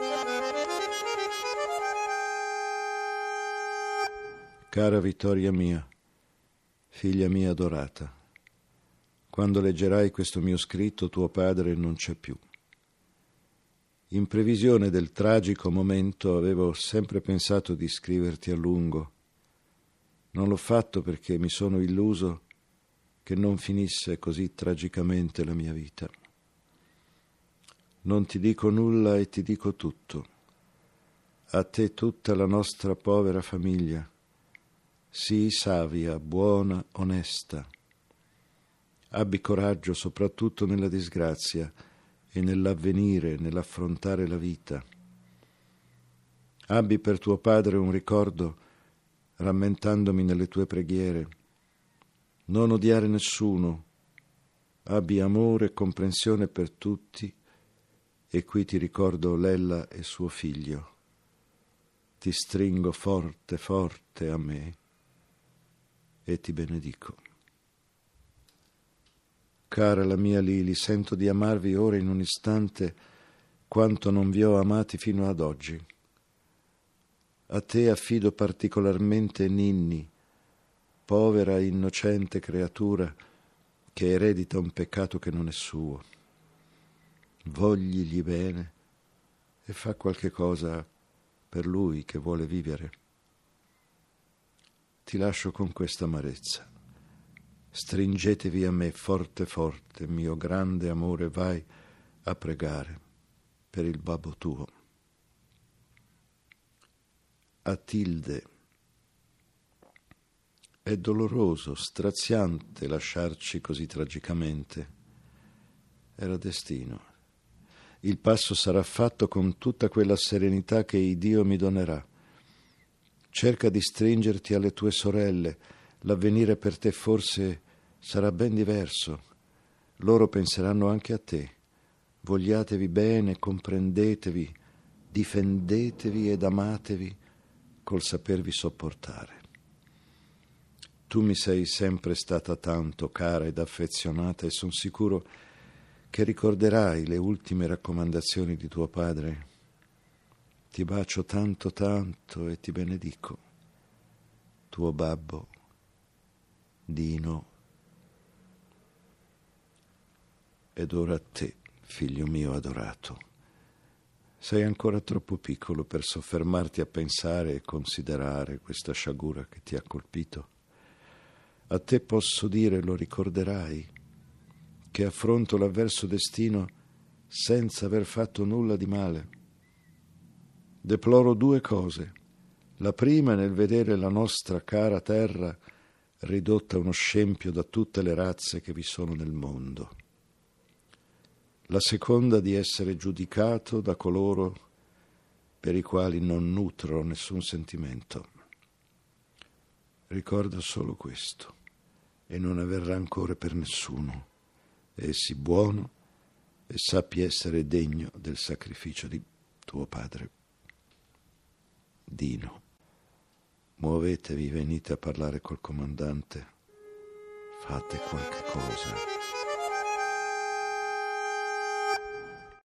Cara Vittoria mia, figlia mia adorata, quando leggerai questo mio scritto tuo padre non c'è più. In previsione del tragico momento avevo sempre pensato di scriverti a lungo. Non l'ho fatto perché mi sono illuso che non finisse così tragicamente la mia vita. Non ti dico nulla e ti dico tutto. A te tutta la nostra povera famiglia. Sii savia, buona, onesta. Abbi coraggio soprattutto nella disgrazia e nell'avvenire, nell'affrontare la vita. Abbi per tuo padre un ricordo, rammentandomi nelle tue preghiere. Non odiare nessuno. Abbi amore e comprensione per tutti, e qui ti ricordo Lella e suo figlio. Ti stringo forte, forte a me e ti benedico. Cara la mia Lili, sento di amarvi ora in un istante quanto non vi ho amati fino ad oggi. A te affido particolarmente Ninni, povera e innocente creatura che eredita un peccato che non è suo. Vogligli bene e fa qualche cosa per lui che vuole vivere. Ti lascio con questa amarezza. Stringetevi a me forte forte, mio grande amore, vai a pregare per il babbo tuo. A Tilde. È doloroso, straziante lasciarci così tragicamente. Era destino. Il passo sarà fatto con tutta quella serenità che Dio mi donerà. Cerca di stringerti alle tue sorelle. L'avvenire per te forse sarà ben diverso. Loro penseranno anche a te. Vogliatevi bene, comprendetevi, difendetevi ed amatevi col sapervi sopportare. Tu mi sei sempre stata tanto cara ed affezionata e son sicuro che ricorderai le ultime raccomandazioni di tuo padre. Ti bacio tanto tanto e ti benedico. Tuo babbo, Dino. Ed ora a te, figlio mio adorato. Sei ancora troppo piccolo per soffermarti a pensare e considerare questa sciagura che ti ha colpito. A te posso dire, lo ricorderai, che affronto l'avverso destino senza aver fatto nulla di male. Deploro due cose. La prima è nel vedere la nostra cara terra ridotta uno scempio da tutte le razze che vi sono nel mondo. La seconda di essere giudicato da coloro per i quali non nutro nessun sentimento. Ricorda solo questo e non aver rancore per nessuno. E sii buono e sappi essere degno del sacrificio di tuo padre. Dino. Muovetevi, venite a parlare col comandante. Fate qualche cosa.